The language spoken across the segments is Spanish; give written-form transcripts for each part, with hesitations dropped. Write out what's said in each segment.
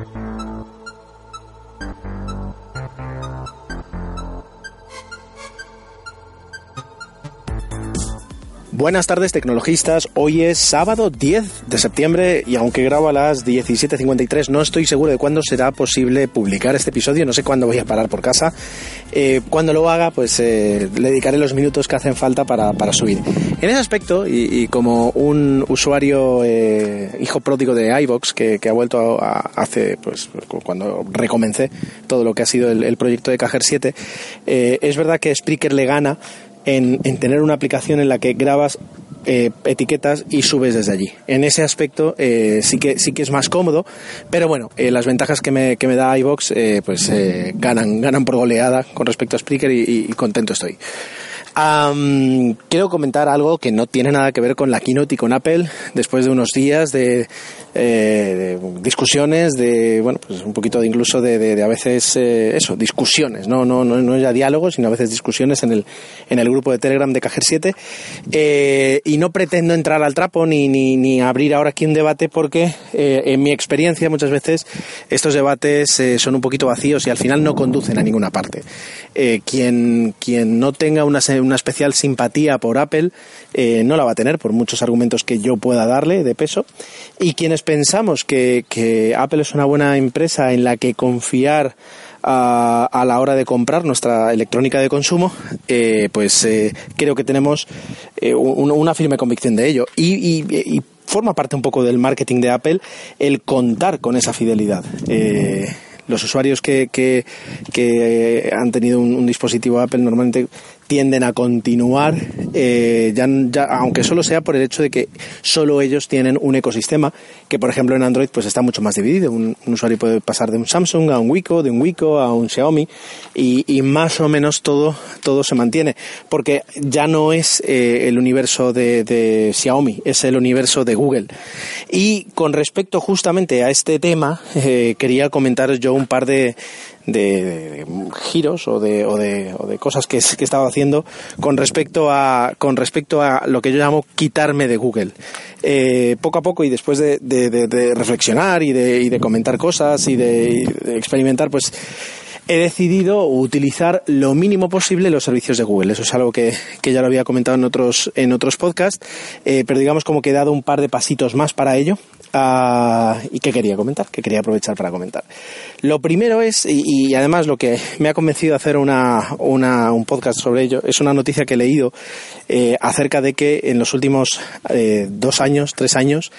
Buenas tardes, tecnologistas. Hoy es sábado 10 de septiembre y aunque grabo a las 17:53 no estoy seguro de cuándo será posible publicar este episodio. No sé cuándo voy a parar por casa. Cuando lo haga, pues le dedicaré los minutos que hacen falta para subir. En ese aspecto, y como un usuario hijo pródigo de iVoox que ha vuelto hace, pues cuando recomencé todo lo que ha sido el proyecto de Cajer 7, es verdad que Spreaker le gana en tener una aplicación en la que grabas etiquetas y subes desde allí. En ese aspecto sí que es más cómodo, pero bueno, las ventajas que me da iVoox ganan por goleada con respecto a Spreaker y contento estoy. Quiero comentar algo que no tiene nada que ver con la keynote y con Apple, después de unos días de discusiones, pues un poquito incluso de a veces discusiones, no ya diálogos, sino a veces discusiones en el grupo de Telegram de Cajer 7, y no pretendo entrar al trapo ni abrir ahora aquí un debate porque en mi experiencia muchas veces estos debates son un poquito vacíos y al final no conducen a ninguna parte. Quien no tenga una especial simpatía por Apple no la va a tener por muchos argumentos que yo pueda darle de peso, y quienes pensamos que Apple es una buena empresa en la que confiar a la hora de comprar nuestra electrónica de consumo, creo que tenemos una firme convicción de ello y forma parte un poco del marketing de Apple el contar con esa fidelidad. Los usuarios que han tenido un dispositivo Apple normalmente tienden a continuar, ya aunque solo sea por el hecho de que solo ellos tienen un ecosistema que, por ejemplo, en Android pues está mucho más dividido. Un usuario puede pasar de un Samsung a un Wiko, de un Wiko a un Xiaomi, y más o menos todo se mantiene, porque ya no es el universo de Xiaomi, es el universo de Google. Y con respecto justamente a este tema, quería comentaros yo un par de giros o de cosas que he estado haciendo con respecto a lo que yo llamo quitarme de Google. Poco a poco, y después de reflexionar y de comentar cosas y de experimentar, pues he decidido utilizar lo mínimo posible los servicios de Google. Eso es algo que ya lo había comentado en otros podcasts, pero digamos como que he dado un par de pasitos más para ello. Y que quería aprovechar para comentar. Lo primero es, y además lo que me ha convencido a hacer un podcast sobre ello, es una noticia que he leído acerca de que en los últimos 2 años, 3 años,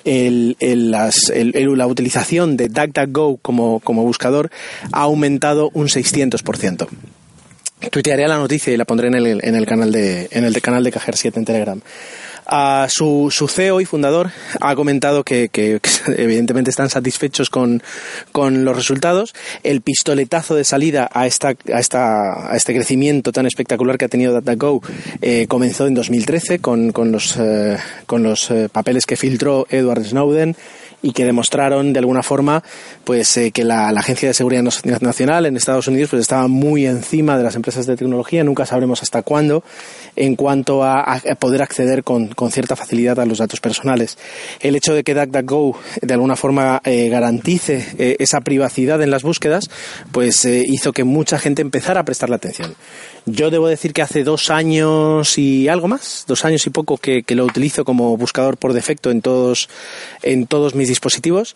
la utilización de DuckDuckGo como buscador ha aumentado un 600%. Tuitearé la noticia y la pondré en el canal de Cajer 7 en Telegram. Su CEO y fundador ha comentado que evidentemente están satisfechos con los resultados. El pistoletazo de salida a este crecimiento tan espectacular que ha tenido DuckDuckGo comenzó en 2013 con los papeles que filtró Edward Snowden y que demostraron de alguna forma pues que la Agencia de Seguridad Nacional en Estados Unidos pues estaba muy encima de las empresas de tecnología. Nunca sabremos hasta cuándo, en cuanto a poder acceder con cierta facilidad a los datos personales. El hecho de que DuckDuckGo de alguna forma garantice esa privacidad en las búsquedas, pues hizo que mucha gente empezara a prestarle atención. Yo debo decir que hace 2 años y algo más, 2 años y poco que lo utilizo como buscador por defecto en todos mis dispositivos.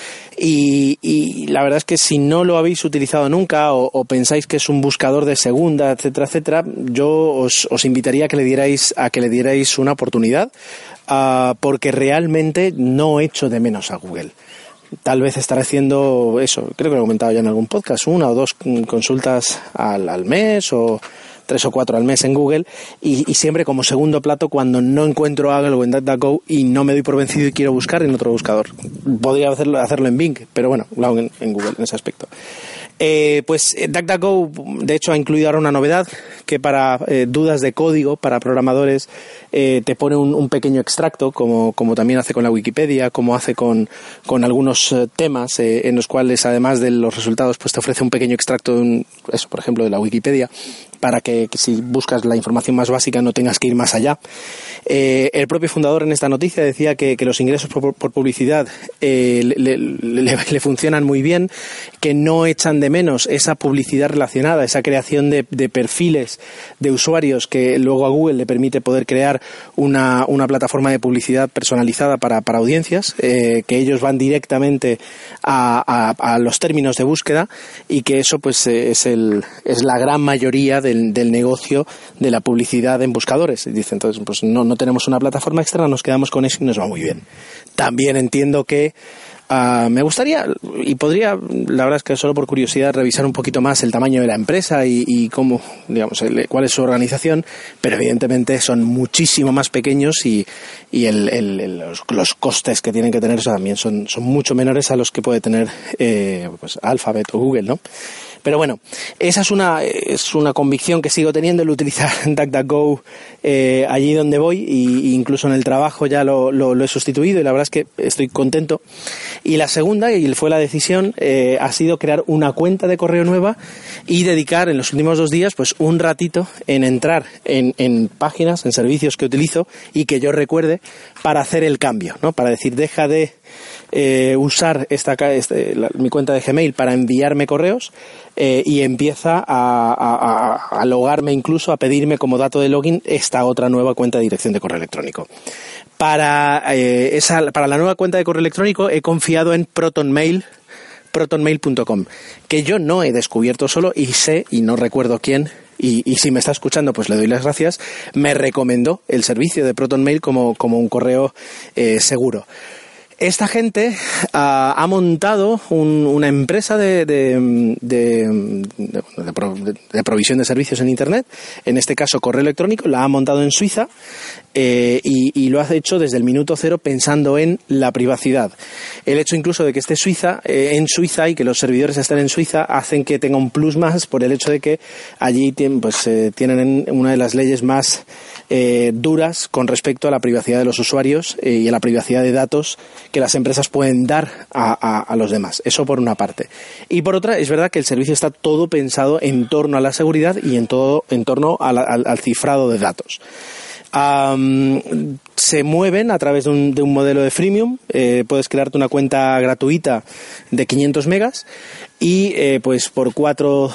Y la verdad es que si no lo habéis utilizado nunca o pensáis que es un buscador de segunda, etcétera, etcétera, yo os invitaría a que le dierais una oportunidad, porque realmente no echo de menos a Google. Tal vez estaré haciendo eso, creo que lo he comentado ya en algún podcast, 1 o 2 consultas al mes o 3 o 4 al mes en Google, y siempre como segundo plato cuando no encuentro algo en DuckDuckGo y no me doy por vencido y quiero buscar en otro buscador. Podría hacerlo en Bing, pero bueno, lo hago en Google en ese aspecto. Pues DuckDuckGo de hecho ha incluido ahora una novedad que para dudas de código, para programadores, te pone un pequeño extracto, como también hace con la Wikipedia, como hace con algunos temas en los cuales, además de los resultados, pues te ofrece un pequeño extracto, por ejemplo, de la Wikipedia, para que si buscas la información más básica no tengas que ir más allá. El propio fundador en esta noticia decía que los ingresos por publicidad le funcionan muy bien, que no echan de menos esa publicidad relacionada, esa creación de perfiles de usuarios que luego a Google le permite poder crear una plataforma de publicidad personalizada para audiencias, que ellos van directamente a los términos de búsqueda, y que eso pues es la gran mayoría del negocio de la publicidad en buscadores. Y dice, entonces pues no tenemos una plataforma extra, nos quedamos con eso y nos va muy bien. También entiendo que me gustaría, y podría, la verdad es que solo por curiosidad, revisar un poquito más el tamaño de la empresa y cómo, digamos, cuál es su organización, pero evidentemente son muchísimo más pequeños y los costes que tienen que tener también son mucho menores a los que puede tener pues Alphabet o Google, ¿no? Pero bueno, esa es una convicción que sigo teniendo, el utilizar DuckDuckGo allí donde voy, y incluso en el trabajo ya lo he sustituido, y la verdad es que estoy contento. Y la segunda, y fue la decisión, ha sido crear una cuenta de correo nueva y dedicar en los últimos 2 días pues un ratito en entrar en páginas, en servicios que utilizo y que yo recuerde, para hacer el cambio, ¿no? Para decir, deja de usar mi cuenta de Gmail para enviarme correos, y empieza a logarme, incluso a pedirme como dato de login esta otra nueva cuenta de dirección de correo electrónico. Para la nueva cuenta de correo electrónico he confiado en protonmail.com, que yo no he descubierto solo, y sé, y no recuerdo quién, y si me está escuchando pues le doy las gracias, me recomendó el servicio de ProtonMail como un correo seguro. Esta gente ha montado una empresa de provisión de servicios en Internet, en este caso correo electrónico, la ha montado en Suiza, y lo ha hecho desde el minuto cero pensando en la privacidad. El hecho incluso de que esté en Suiza y que los servidores estén en Suiza hacen que tenga un plus más, por el hecho de que allí tienen una de las leyes más duras con respecto a la privacidad de los usuarios y a la privacidad de datos que las empresas pueden dar a los demás. Eso por una parte. Y por otra, es verdad que el servicio está todo pensado en torno a la seguridad y en torno al cifrado de datos. Se mueven a través de un modelo de freemium. Puedes crearte una cuenta gratuita de 500 megas y pues por 4 o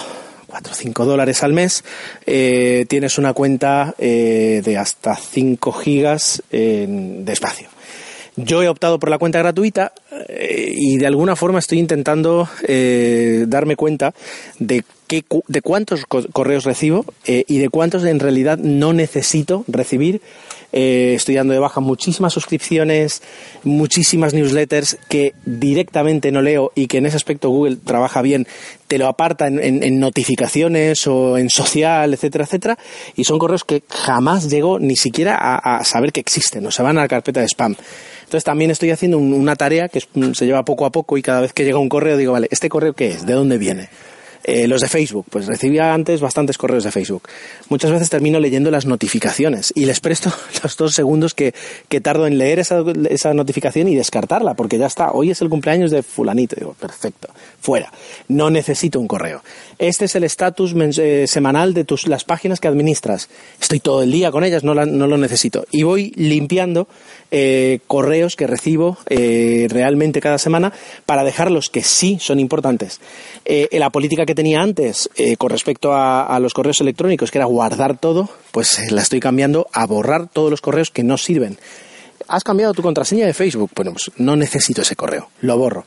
5 dólares al mes tienes una cuenta de hasta 5 gigas de espacio. Yo he optado por la cuenta gratuita y de alguna forma estoy intentando darme cuenta de cuántos correos recibo y de cuántos en realidad no necesito recibir. Estoy dando de baja muchísimas suscripciones, muchísimas newsletters que directamente no leo y que en ese aspecto Google trabaja bien, te lo aparta en notificaciones o en social, etcétera, etcétera, y son correos que jamás llego ni siquiera a saber que existen, o se van a la carpeta de spam. Entonces también estoy haciendo una tarea que se lleva poco a poco, y cada vez que llega un correo digo, vale, ¿este correo qué es? ¿De dónde viene? Los de Facebook, pues recibía antes bastantes correos de Facebook. Muchas veces termino leyendo las notificaciones y les presto los 2 segundos que tardo en leer esa notificación y descartarla, porque ya está, hoy es el cumpleaños de fulanito. Digo, perfecto, fuera, no necesito un correo. Este es el estatus semanal de las páginas que administras. Estoy todo el día con ellas, no lo necesito. Y voy limpiando correos que recibo realmente cada semana, para dejar los que sí son importantes. La política que tenía antes con respecto a los correos electrónicos, que era guardar todo, pues la estoy cambiando a borrar todos los correos que no sirven. ¿Has cambiado tu contraseña de Facebook? Bueno, pues no necesito ese correo, lo borro.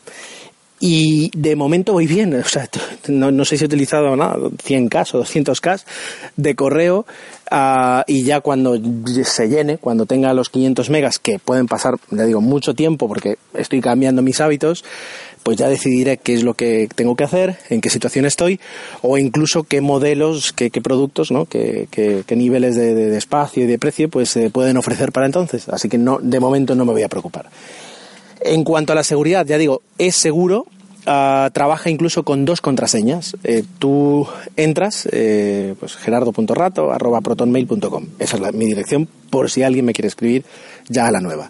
Y de momento voy bien, o sea, no sé si he utilizado nada, 100K o 200K de correo, y ya cuando se llene, cuando tenga los 500 megas, que pueden pasar, ya digo, mucho tiempo porque estoy cambiando mis hábitos, pues ya decidiré qué es lo que tengo que hacer, en qué situación estoy, o incluso qué modelos, qué productos, ¿no? qué niveles de espacio y de precio pues pueden ofrecer para entonces. Así que de momento no me voy a preocupar. En cuanto a la seguridad, ya digo, es seguro, trabaja incluso con 2 contraseñas. Tú entras, pues gerardo.rato@protonmail.com. Esa es mi dirección, por si alguien me quiere escribir ya a la nueva.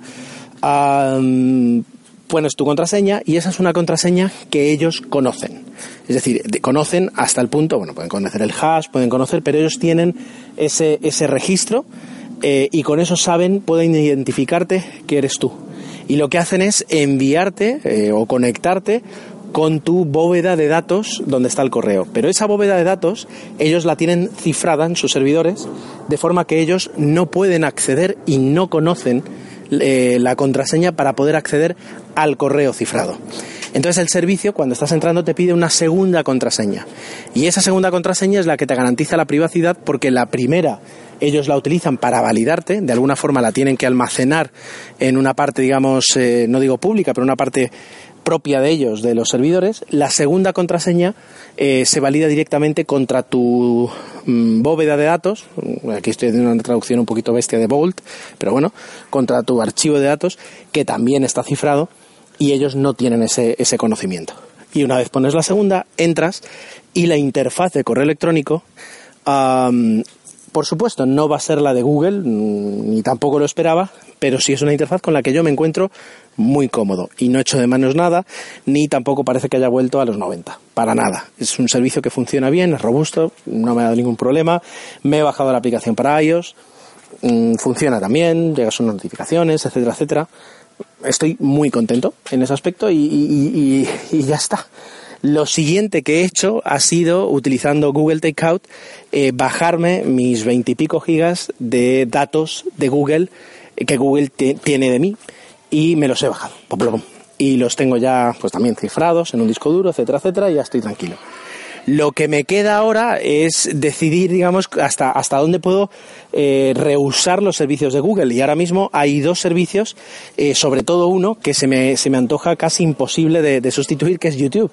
Pones tu contraseña y esa es una contraseña que ellos conocen. Es decir, conocen hasta el punto, bueno, pueden conocer el hash, pueden conocer, pero ellos tienen ese registro y con eso pueden identificarte que eres tú. Y lo que hacen es enviarte o conectarte con tu bóveda de datos donde está el correo. Pero esa bóveda de datos ellos la tienen cifrada en sus servidores, de forma que ellos no pueden acceder y no conocen la contraseña para poder acceder al correo cifrado. Entonces el servicio, cuando estás entrando, te pide una segunda contraseña. Y esa segunda contraseña es la que te garantiza la privacidad, porque la primera ellos la utilizan para validarte, de alguna forma la tienen que almacenar en una parte, digamos, no digo pública, pero una parte propia de ellos, de los servidores. La segunda contraseña se valida directamente contra tu bóveda de datos. Aquí estoy haciendo una traducción un poquito bestia de Vault, pero bueno, contra tu archivo de datos, que también está cifrado, y ellos no tienen ese conocimiento. Y una vez pones la segunda, entras, y la interfaz de correo electrónico, por supuesto, no va a ser la de Google, ni tampoco lo esperaba, pero sí es una interfaz con la que yo me encuentro muy cómodo y no echo de menos nada, ni tampoco parece que haya vuelto a los 90, para nada. Es un servicio que funciona bien, es robusto, no me ha dado ningún problema. Me he bajado la aplicación para iOS, funciona también, llegan sus notificaciones, etcétera, etcétera. Estoy muy contento en ese aspecto y ya está. Lo siguiente que he hecho ha sido, utilizando Google Takeout, bajarme mis 20 y pico gigas de datos de Google que Google tiene de mí, y me los he bajado. Y los tengo ya pues también cifrados en un disco duro, etcétera, etcétera, y ya estoy tranquilo. Lo que me queda ahora es decidir, digamos, hasta dónde puedo rehusar los servicios de Google. Y ahora mismo hay 2 servicios, sobre todo uno, que se me antoja casi imposible de sustituir, que es YouTube.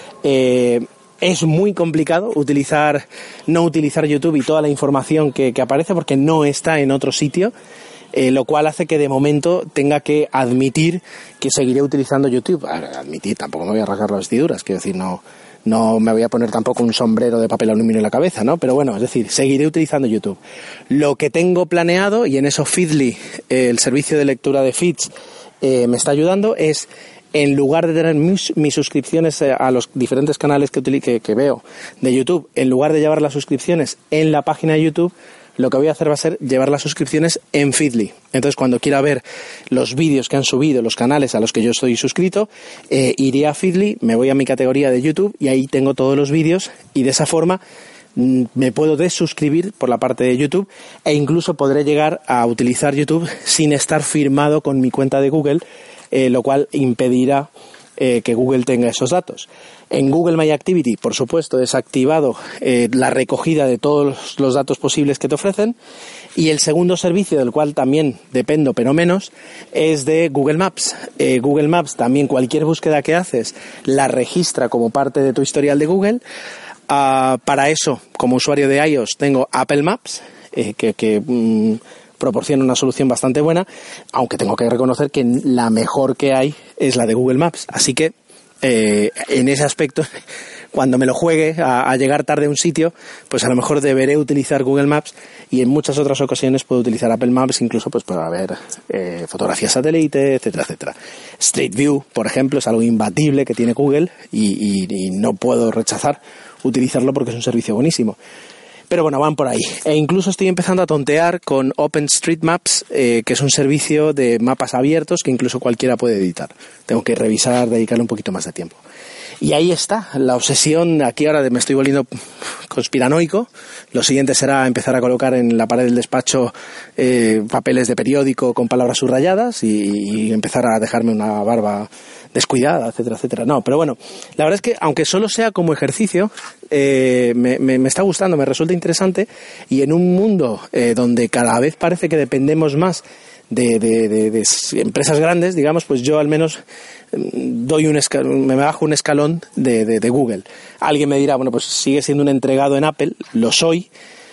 Es muy complicado no utilizar YouTube y toda la información que aparece, porque no está en otro sitio. Lo cual hace que de momento tenga que admitir que seguiré utilizando YouTube. Admitir, tampoco me voy a rasgar las vestiduras, quiero decir, no me voy a poner tampoco un sombrero de papel aluminio en la cabeza, ¿no? Pero bueno, es decir, seguiré utilizando YouTube. Lo que tengo planeado, y en eso Feedly, el servicio de lectura de feeds, me está ayudando, es, en lugar de tener mis suscripciones a los diferentes canales que veo de YouTube, en lugar de llevar las suscripciones en la página de YouTube, lo que voy a hacer va a ser llevar las suscripciones en Feedly. Entonces, cuando quiera ver los vídeos que han subido los canales a los que yo estoy suscrito, iré a Feedly, me voy a mi categoría de YouTube y ahí tengo todos los vídeos, y de esa forma me puedo desuscribir por la parte de YouTube, e incluso podré llegar a utilizar YouTube sin estar firmado con mi cuenta de Google, lo cual impedirá que Google tenga esos datos. En Google My Activity, por supuesto, he desactivado la recogida de todos los datos posibles que te ofrecen. Y el segundo servicio, del cual también dependo, pero menos, es de Google Maps. Google Maps, también cualquier búsqueda que haces la registra como parte de tu historial de Google. Para eso, como usuario de iOS, tengo Apple Maps, que proporciona una solución bastante buena, aunque tengo que reconocer que la mejor que hay es la de Google Maps. Así que en ese aspecto, cuando me lo juegue a llegar tarde a un sitio, pues a lo mejor deberé utilizar Google Maps, y en muchas otras ocasiones puedo utilizar Apple Maps, incluso pues para ver fotografías satélite, etcétera, etcétera. Street View, por ejemplo, es algo imbatible que tiene Google y no puedo rechazar utilizarlo porque es un servicio buenísimo. Pero bueno, van por ahí. E incluso estoy empezando a tontear con OpenStreetMaps, que es un servicio de mapas abiertos que incluso cualquiera puede editar. Tengo que revisar, dedicarle un poquito más de tiempo. Y ahí está, la obsesión. Aquí ahora me estoy volviendo conspiranoico. Lo siguiente será empezar a colocar en la pared del despacho papeles de periódico con palabras subrayadas y empezar a dejarme una barba descuidada, etcétera, etcétera. No, pero bueno, la verdad es que aunque solo sea como ejercicio, me está gustando, me resulta interesante, y en un mundo donde cada vez parece que dependemos más de empresas grandes, digamos, pues yo al menos me bajo un escalón de Google. Alguien me dirá, bueno, pues sigue siendo un entregado en Apple, lo soy,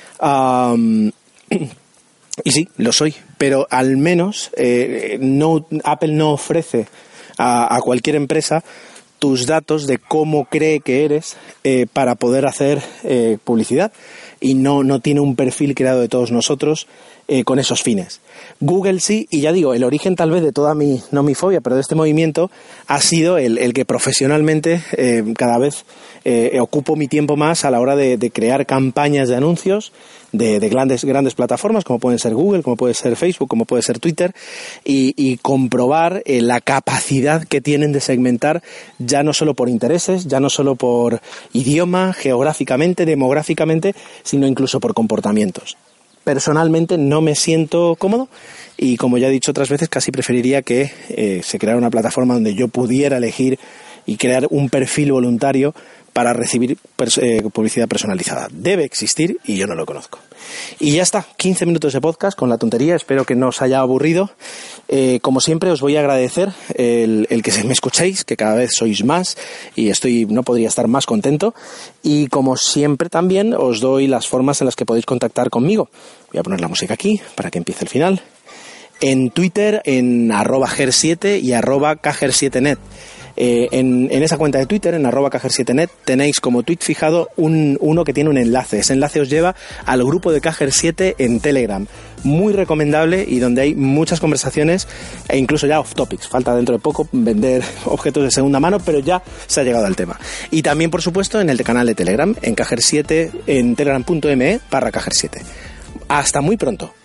y sí, lo soy, pero al menos Apple no ofrece a cualquier empresa tus datos de cómo cree que eres para poder hacer publicidad, y no tiene un perfil creado de todos nosotros con esos fines. Google sí, y ya digo, el origen tal vez de toda no mi fobia, pero de este movimiento ha sido el que profesionalmente cada vez ocupo mi tiempo más a la hora de crear campañas de anuncios de grandes plataformas como pueden ser Google, como puede ser Facebook, como puede ser Twitter, y comprobar la capacidad que tienen de segmentar ya no solo por intereses, ya no solo por idioma, geográficamente, demográficamente, sino incluso por comportamientos. Personalmente no me siento cómodo y, como ya he dicho otras veces, casi preferiría que se creara una plataforma donde yo pudiera elegir y crear un perfil voluntario para recibir publicidad personalizada. Debe existir y yo no lo conozco. Y ya está, 15 minutos de podcast con la tontería, espero que no os haya aburrido. Como siempre os voy a agradecer el que me escuchéis, que cada vez sois más y no podría estar más contento. Y como siempre también os doy las formas en las que podéis contactar conmigo. Voy a poner la música aquí para que empiece el final. En Twitter, en @ger7 y @cajer7net. En esa cuenta de Twitter, en @cajer7net, tenéis como tweet fijado uno que tiene un enlace. Ese enlace os lleva al grupo de Cajer7 en Telegram. Muy recomendable y donde hay muchas conversaciones e incluso ya off topics. Falta dentro de poco vender objetos de segunda mano, pero ya se ha llegado al tema. Y también, por supuesto, en el canal de Telegram, en Cajer7, en telegram.me/Cajer7. Hasta muy pronto.